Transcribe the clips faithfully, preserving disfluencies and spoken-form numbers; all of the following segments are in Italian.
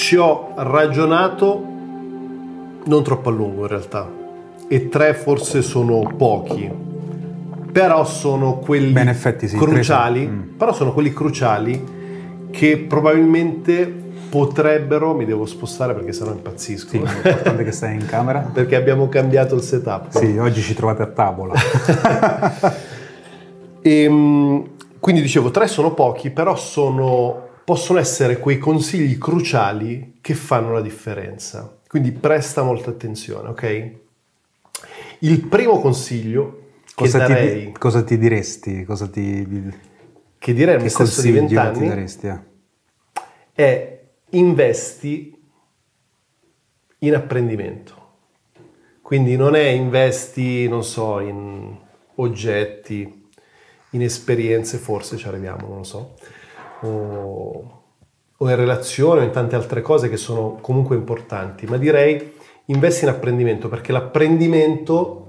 ci ho ragionato non troppo a lungo in realtà, e tre forse sono pochi, però sono quelli Beh, in effetti sì, cruciali, mm. però sono quelli cruciali che probabilmente potrebbero, mi devo spostare perché sennò impazzisco. Sì, è importante che stai in camera. Perché abbiamo cambiato il setup. Sì, oggi ci trovate a tavola. E, quindi dicevo, tre sono pochi, però sono, possono essere quei consigli cruciali che fanno la differenza. Quindi presta molta attenzione, ok? Il primo consiglio che cosa, darei, ti, cosa ti diresti? Cosa ti, che direi a che me stesso di consiglio vent'anni ti daresti? Eh? è investi in apprendimento. Quindi non è investi, non so, in oggetti, in esperienze, forse ci arriviamo, non lo so, o, o in relazione o in tante altre cose che sono comunque importanti, ma direi investi in apprendimento, perché l'apprendimento,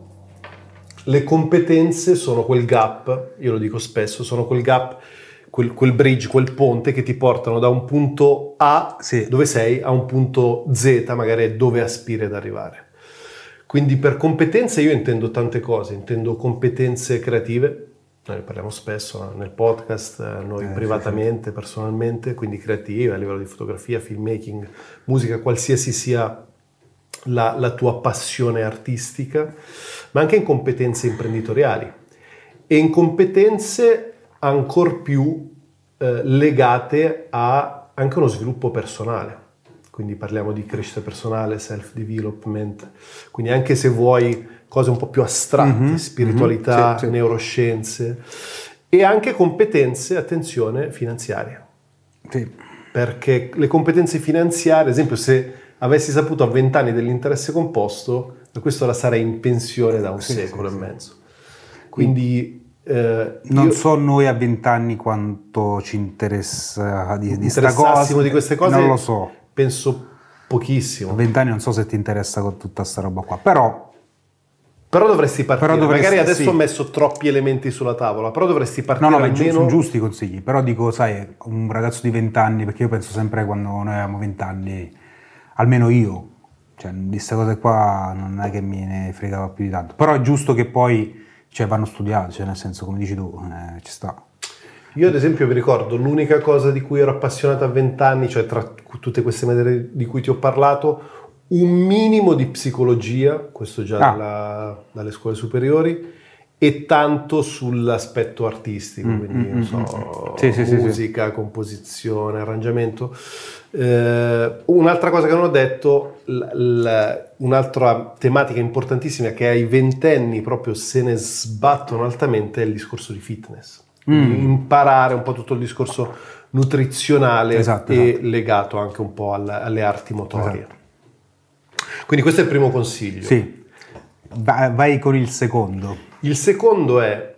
le competenze sono quel gap, io lo dico spesso, sono quel gap, quel, quel bridge, quel ponte che ti portano da un punto A, sì, dove sei, a un punto Z, magari dove aspiri ad arrivare. Quindi per competenze io intendo tante cose, intendo competenze creative, noi ne parliamo spesso nel podcast, noi eh, privatamente, sì, sì. personalmente, quindi creative a livello di fotografia, filmmaking, musica, qualsiasi sia la, la tua passione artistica, ma anche in competenze imprenditoriali e in competenze ancor più eh, legate a anche uno sviluppo personale. Quindi parliamo di crescita personale, self-development, quindi anche se vuoi cose un po' più astratte, Mm-hmm, spiritualità, mm-hmm, sì, sì. neuroscienze, e anche competenze, attenzione, finanziarie. Sì. Perché le competenze finanziarie, ad esempio, se avessi saputo a vent'anni dell'interesse composto, da questo ora sarei in pensione da un sì, secolo sì, e sì. mezzo. Quindi eh, non io, so noi a vent'anni quanto ci interessa di, di sta interessassimo cosa, di queste cose, non lo so. Penso pochissimo. A vent'anni non so se ti interessa con tutta sta roba qua, però Però dovresti partire, però dovresti, magari adesso sì. ho messo troppi elementi sulla tavola, però dovresti partire no no ma almeno... sono giusti i consigli, però dico, sai, un ragazzo di vent'anni, perché io penso sempre quando noi avevamo vent'anni, almeno io, cioè di queste cose qua non è che me ne fregava più di tanto, però è giusto che poi, cioè, vanno studiati, cioè nel senso, come dici tu, eh, ci sta. Io ad esempio mi ricordo l'unica cosa di cui ero appassionato a vent'anni, cioè tra tutte queste materie di cui ti ho parlato, un minimo di psicologia, questo già Ah. dalla, dalle scuole superiori, e tanto sull'aspetto artistico, Mm, quindi mm, non mm, so, sì, sì, musica, sì, sì. composizione, arrangiamento. Eh, un'altra cosa che non ho detto, l- l- un'altra tematica importantissima che ai ventenni proprio se ne sbattono altamente è il discorso di fitness. Quindi Mm. imparare un po' tutto il discorso nutrizionale Esatto, e esatto. legato anche un po' alle, alle arti motorie. Esatto. Quindi questo è il primo consiglio. Sì, Va- vai con il secondo. Il secondo è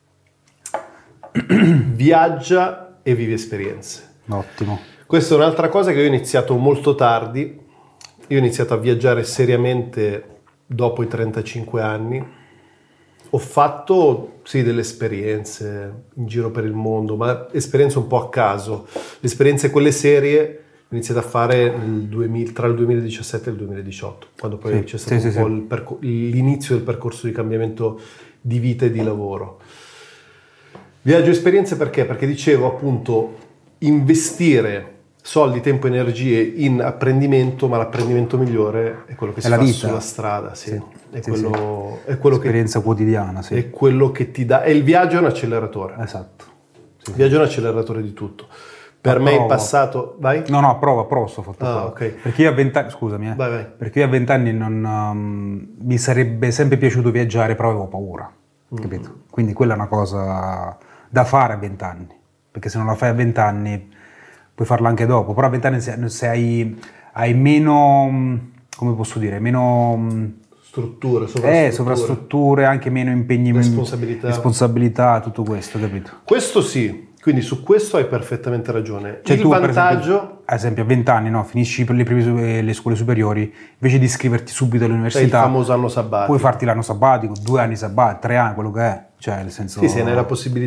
viaggia e vivi esperienze. Ottimo. Questa è un'altra cosa che io ho iniziato molto tardi. Io ho iniziato a viaggiare seriamente dopo i trentacinque anni. Ho fatto, sì, delle esperienze in giro per il mondo, ma esperienze un po' a caso. Le esperienze, quelle serie, ho iniziato a fare nel duemila, tra il duemiladiciassette e il duemiladiciotto, quando poi Sì, c'è stato sì, un sì, po' sì. il percor- l'inizio del percorso di cambiamento di vita e di lavoro. Viaggio esperienze perché? Perché dicevo appunto investire soldi, tempo e energie in apprendimento, ma l'apprendimento migliore è quello che È si la fa vita. sulla strada, sì. Sì, È, sì, quello, è quello che esperienza quotidiana, sì. è quello che ti dà, e il viaggio è un acceleratore. Esatto. Sì, Il viaggio è un acceleratore di tutto. Per Approvo. me in passato, vai? No, no, prova, prova sto fatto Ah, qua. ok. Perché io a vent'anni, scusami, eh, Vai, vai. perché io a vent'anni non um, mi sarebbe sempre piaciuto viaggiare, però avevo paura, Mm. capito? Quindi quella è una cosa da fare a vent'anni, perché se non la fai a vent'anni puoi farla anche dopo, però a vent'anni se, se hai, hai meno, come posso dire, meno Strutture, sovrastrutture. eh, sovrastrutture, anche meno impegni, Responsabilità. responsabilità, tutto questo, capito? Questo sì, Quindi su questo hai perfettamente ragione. Cioè il tu, per vantaggio... esempio, ad esempio a venti anni, no, finisci per le, prime, le scuole superiori, invece di iscriverti subito È il all'università, famoso anno sabbatico. puoi farti l'anno sabbatico, due anni sabbatico, tre anni, quello che è. Cioè, nel senso... Sì, se ne hai la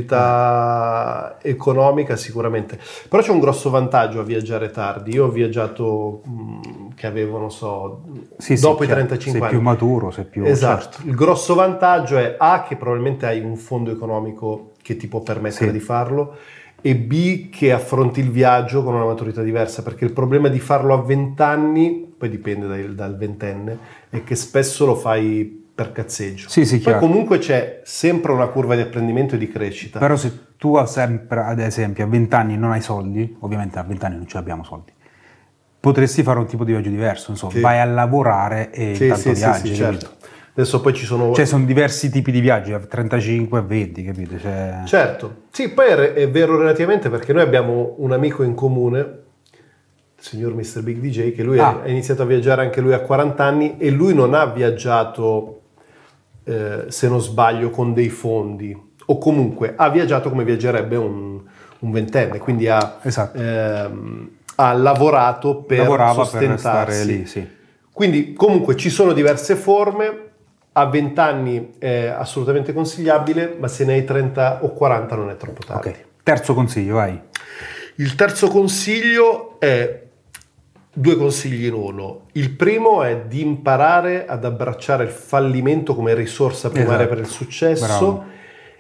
possibilità eh. economica sicuramente. Però c'è un grosso vantaggio a viaggiare tardi. Io ho viaggiato mh, che avevo, non so, sì, dopo sì, i trentacinque sei anni. più maturo, sei più... Esatto. Certo. Il grosso vantaggio è A, che probabilmente hai un fondo economico che ti può permettere sì. di farlo, e B, che affronti il viaggio con una maturità diversa, perché il problema di farlo a venti anni, poi dipende dal, dal ventenne, è che spesso lo fai per cazzeggio. Sì, sì, poi chiaro. comunque c'è sempre una curva di apprendimento e di crescita. Però se tu sempre, ad esempio, a venti anni non hai soldi, ovviamente a venti anni non ce l'abbiamo soldi, potresti fare un tipo di viaggio diverso, insomma, sì. Vai a lavorare e sì, intanto sì, viaggi, sì, sì, certo. Adesso poi ci sono... Cioè sono diversi tipi di viaggi, a trentacinque a venti, capito? Cioè... Certo, sì, poi è, è vero relativamente, perché noi abbiamo un amico in comune, il signor mister Big D J, che lui ah. ha iniziato a viaggiare anche lui a quaranta anni, e lui non ha viaggiato, eh, se non sbaglio, con dei fondi, o comunque ha viaggiato come viaggerebbe un, un ventenne, quindi ha, esatto. ehm, ha lavorato per Lavorava sostentarsi. Per stare lì, sì. Quindi comunque ci sono diverse forme. A venti anni è assolutamente consigliabile, ma se ne hai trenta o quaranta non è troppo tardi. Okay. Terzo consiglio, vai. Il terzo consiglio è due consigli in uno. Il primo è di imparare ad abbracciare il fallimento come risorsa primaria esatto. per il successo. Bravo.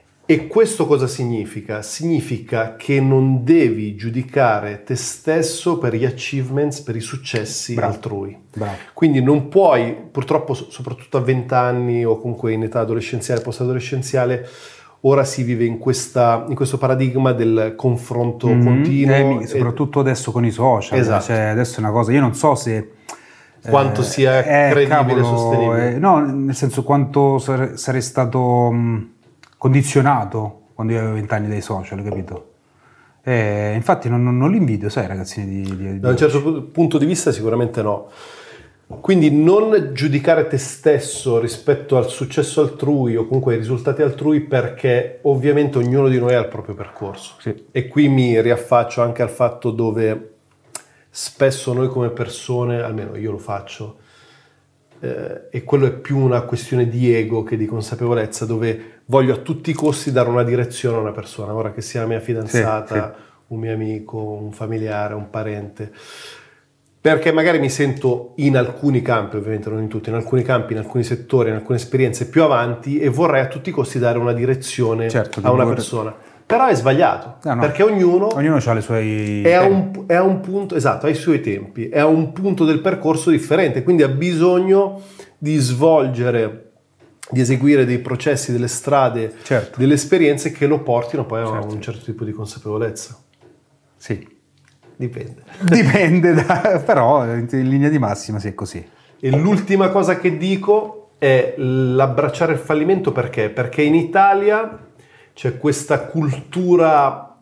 E questo cosa significa? Significa che non devi giudicare te stesso per gli achievements, per i successi Bravo. altrui. Bravo. Quindi non puoi, purtroppo soprattutto a venti anni o comunque in età adolescenziale, post-adolescenziale, ora si vive in, questa, in questo paradigma del confronto mm-hmm. continuo. Eh, soprattutto e... adesso con i social. Esatto. Cioè, adesso è una cosa, io non so se... Quanto eh, sia eh, credibile e cavolo, sostenibile. Eh, no, nel senso quanto sare, sarei stato... Mh, condizionato quando io avevo vent'anni dai social, capito? E infatti non, non, non li invidio, sai, ragazzini di, di, di da un certo punto di vista sicuramente no. Quindi non giudicare te stesso rispetto al successo altrui o comunque ai risultati altrui, perché ovviamente ognuno di noi ha il proprio percorso. Sì. E qui mi riaffaccio anche al fatto dove spesso noi come persone, almeno io lo faccio, eh, e quello è più una questione di ego che di consapevolezza, dove voglio a tutti i costi dare una direzione a una persona, ora che sia la mia fidanzata, sì, sì. un mio amico, un familiare, un parente, perché magari mi sento in alcuni campi, ovviamente non in tutti, in alcuni campi, in alcuni settori, in alcune esperienze più avanti, e vorrei a tutti i costi dare una direzione certo, a una vorrei... persona. Però è sbagliato, no, no. perché ognuno, ognuno ha le sue è a, un, è a un punto, esatto, ha i suoi tempi, è a un punto del percorso differente, quindi ha bisogno di svolgere, di eseguire dei processi, delle strade, certo. delle esperienze che lo portino poi certo. a un certo tipo di consapevolezza. Sì. Dipende. Dipende, da, però in linea di massima sì è così. E l'ultima cosa che dico è l'abbracciare il fallimento, perché? Perché in Italia c'è questa cultura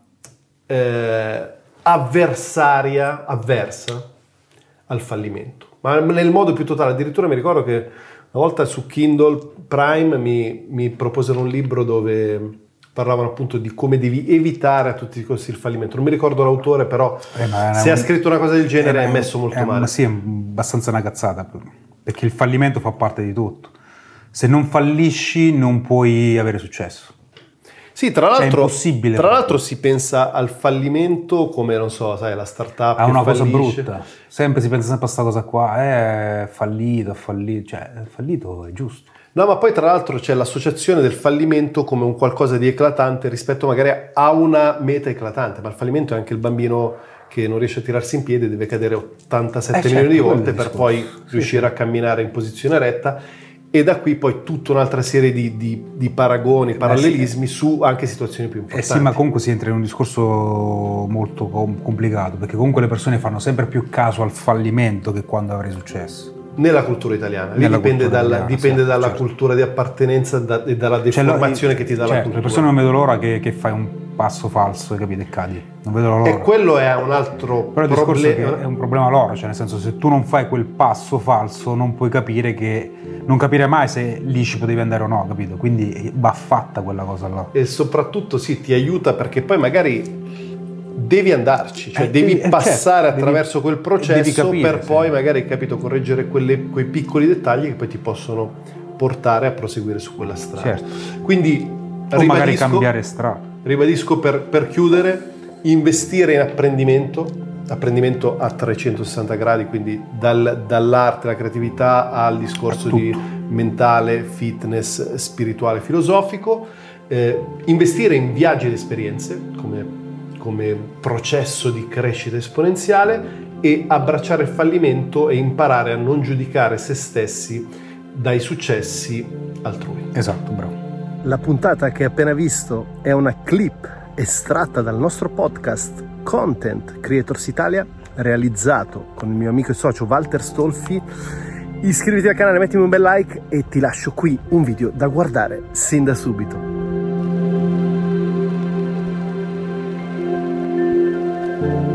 eh, avversaria, avversa al fallimento, ma nel modo più totale. Addirittura mi ricordo che una volta su Kindle Prime mi, mi proposero un libro dove parlavano appunto di come devi evitare a tutti i costi il fallimento. Non mi ricordo l'autore, però eh, se un, ha scritto una cosa del genere è, è messo molto è, male. Ma sì, è abbastanza una cazzata, perché il fallimento fa parte di tutto. Se non fallisci non puoi avere successo. Sì, tra l'altro, cioè, tra l'altro si pensa al fallimento come, non so, sai, la startup è una cosa fallisce. brutta. Sempre si pensa sempre a questa cosa qua, è fallito, è fallito, cioè è fallito è giusto. No, ma poi tra l'altro c'è l'associazione del fallimento come un qualcosa di eclatante rispetto magari a una meta eclatante, ma il fallimento è anche il bambino che non riesce a tirarsi in piedi e deve cadere ottantasette eh, milioni certo, di volte per poi sì, riuscire sì. a camminare in posizione retta. E da qui poi tutta un'altra serie di, di, di paragoni, parallelismi sì. su anche situazioni più importanti. Eh sì, ma comunque si entra in un discorso molto complicato, perché comunque le persone fanno sempre più caso al fallimento che quando avrai successo. Nella cultura italiana, lì dipende, dalla, italiana, dipende sì, dalla certo. cultura di appartenenza da, e dalla deformazione cioè, che ti dà cioè, la cultura. Le persone non vedono l'ora che, che fai un passo falso, capito? E cadi. Non vedo l'ora. E quello è un altro Però il discorso è problema. che è un problema loro, cioè nel senso, se tu non fai quel passo falso non puoi capire che non capire mai se lì ci potevi andare o no, capito? Quindi va fatta quella cosa là. E soprattutto sì, ti aiuta perché poi magari devi andarci, cioè Eh, devi, devi- eh, passare certo, attraverso devi- quel processo devi capire, per sì. poi magari, capito, correggere quelle- quei piccoli dettagli che poi ti possono portare a proseguire su quella strada. Certo. Quindi O magari ribadisco, cambiare strada. ribadisco per, per chiudere, investire in apprendimento, apprendimento a trecentosessanta gradi, quindi dal- dall'arte, alla creatività al discorso A di mentale, fitness, spirituale, filosofico, eh, investire in viaggi ed esperienze come, come processo di crescita esponenziale e abbracciare il fallimento e imparare a non giudicare se stessi dai successi altrui. Esatto, bravo. La puntata che hai appena visto è una clip estratta dal nostro podcast Content Creators Italia, realizzato con il mio amico e socio Walter Stolfi. Iscriviti al canale, mettimi un bel like e ti lascio qui un video da guardare sin da subito.